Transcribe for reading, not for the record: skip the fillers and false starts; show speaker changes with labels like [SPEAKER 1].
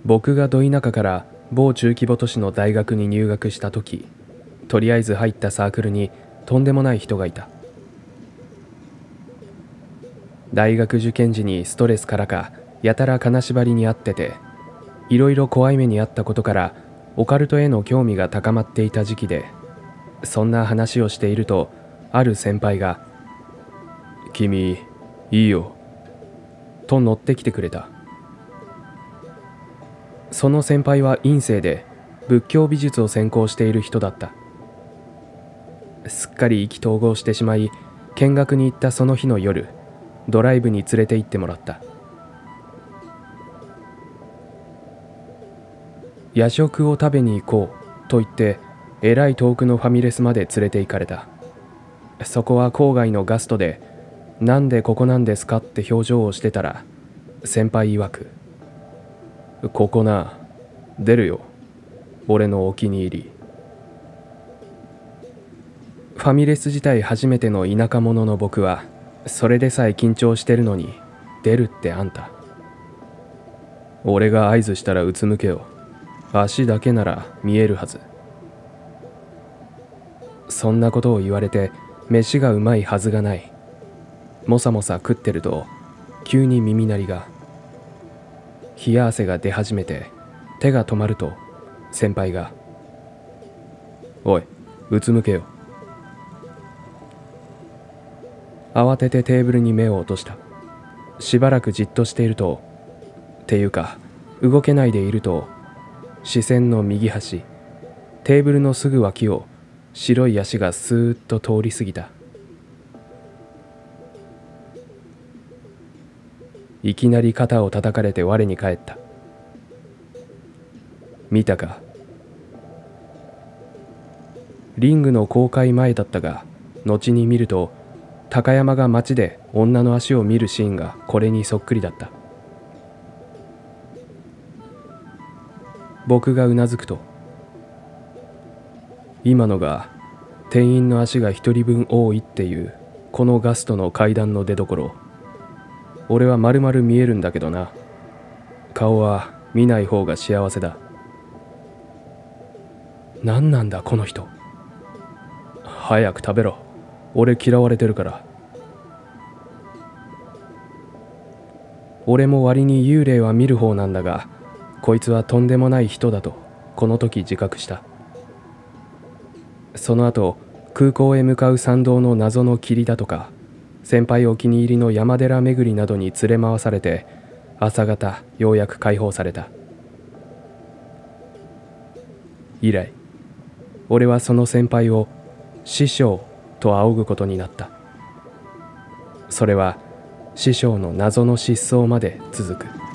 [SPEAKER 1] 僕がど田舎から某中規模都市の大学に入学した時、とりあえず入ったサークルにとんでもない人がいた。大学受験時にストレスからかやたら金縛りにあってて、いろいろ怖い目にあったことからオカルトへの興味が高まっていた時期で、そんな話をしていると、ある先輩が「君いいよ」と乗ってきてくれた。その先輩は院生で仏教美術を専攻している人だった。すっかり意気投合してしまい、見学に行ったその日の夜、ドライブに連れて行ってもらった。夜食を食べに行こうと言って、えらい遠くのファミレスまで連れて行かれた。そこは郊外のガストで、なんでここなんですかって表情をしてたら、先輩曰く、ここな、出るよ、俺のお気に入り。ファミレス自体初めての田舎者の僕は、それでさえ緊張してるのに、出るってあんた。俺が合図したらうつむけよ。足だけなら見えるはず。そんなことを言われて、飯がうまいはずがない。もさもさ食ってると、急に耳鳴りが。冷や汗が出始めて、手が止まると、先輩が、おい、うつむけよ。慌ててテーブルに目を落とした。しばらくじっとしていると、っていうか、動けないでいると、視線の右端、テーブルのすぐ脇を白い足がスーッと通り過ぎた。いきなり肩を叩かれて我に返った。見たか。リングの公開前だったが、後に見ると、高山が街で女の足を見るシーンがこれにそっくりだった。僕がうなずくと、今のが店員の足が一人分多いっていうこのガストの階段の出所。俺は丸々見えるんだけどな。顔は見ない方が幸せだ。何なんだこの人。早く食べろ。俺嫌われてるから。俺も割に幽霊は見る方なんだが、こいつはとんでもない人だとこの時自覚した。その後、空港へ向かう参道の謎の霧だとか、先輩お気に入りの山寺巡りなどに連れ回されて、朝方ようやく解放された。以来、俺はその先輩を師匠と仰ぐことになった。それは師匠の謎の失踪まで続く。